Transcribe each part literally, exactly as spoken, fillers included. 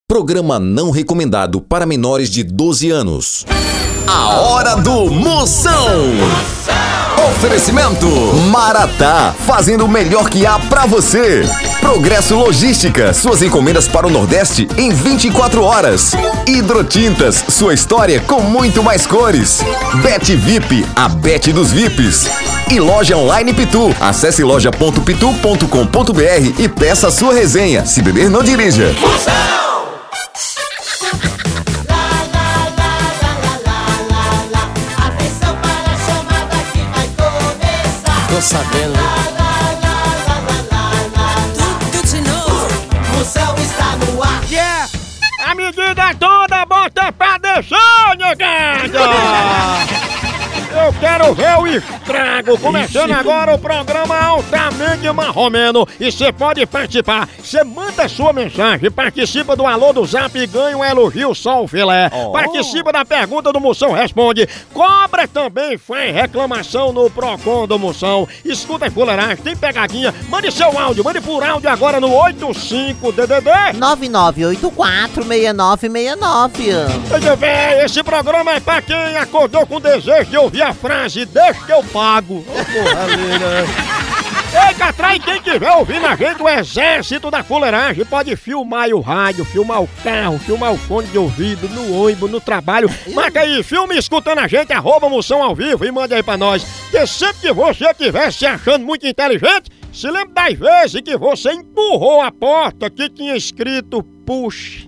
Programa não recomendado para menores de doze anos. A Hora do Moção. Oferecimento Maratá, fazendo o melhor que há pra você. Progresso Logística, suas encomendas para o Nordeste em vinte e quatro horas. Hidrotintas, sua história com muito mais cores. Bet V I P, a Bet dos V I Ps. E Loja Online Pitu. Acesse loja ponto pitu ponto com ponto br e peça a sua resenha. Se beber, não dirija. Tô sabendo. Tudo de novo. Moção está no ar. Yeah! A medida toda bota pra descer, negada! Eu quero ver o estrago. Começando agora o programa altamente marromeno. E você pode participar. Você manda sua mensagem, participa do Alô do Zap e ganha um elogio só o filé. Oh. Participa da pergunta do Moção Responde. Cobra também, faz reclamação no Procon do Moção. Escuta a fuleiragem, tem pegadinha. Mande seu áudio, mande por áudio agora no oito cinco D D D nove nove oito quatro seis nove seis nove. Deixa eu ver, esse programa é pra quem acordou com desejo de ouvir a frase, deixa que eu pago. Oh, porra, ei, Catrai, quem tiver ouvindo a gente, o exército da fuleiragem, pode filmar aí o rádio, filmar o carro, filmar o fone de ouvido, no ônibus, no trabalho. Marca aí, filme escutando a gente, arroba Moção ao vivo e manda aí pra nós. Porque sempre que você estiver se achando muito inteligente, se lembra das vezes que você empurrou a porta que tinha escrito push.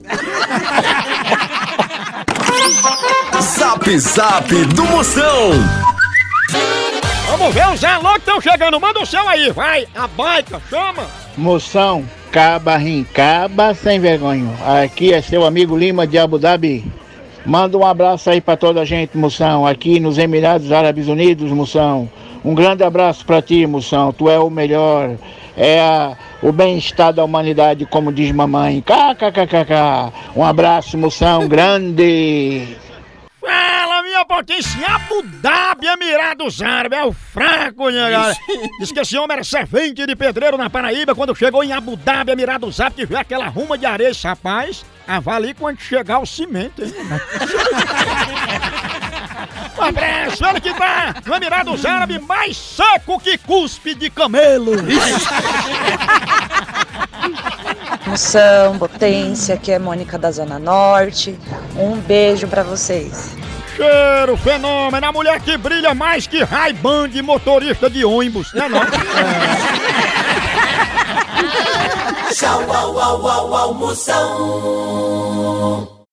Zap Zap do Moção. Vamos ver os alô que estão chegando. Manda o seu aí, vai. A baica, chama. Moção, caba, rincaba, sem vergonha. Aqui é seu amigo Lima de Abu Dhabi. Manda um abraço aí pra toda a gente, Moção. Aqui nos Emirados Árabes Unidos, Moção. Um grande abraço pra ti, Moção. Tu é o melhor. É a, o bem-estar da humanidade, como diz mamãe. Kkkk. Um abraço, Moção, grande. Fala, minha potência, Abu Dhabi, Emirados Árabes, é o fraco, né, galera? Diz que esse homem era servente de pedreiro na Paraíba, quando chegou em Abu Dhabi, Emirados Árabes, que viu aquela ruma de areia, esse rapaz, avalie quando chegar o cimento, hein? Um abraço, ele que tá no Emirados Árabes mais seco que cuspe de camelo. Moção, potência, aqui é Mônica da Zona Norte. Um beijo pra vocês. Cheiro, fenômeno, a mulher que brilha mais que Ray-Ban de motorista de ônibus, né não? Tchau, au, au, au, au, Moção.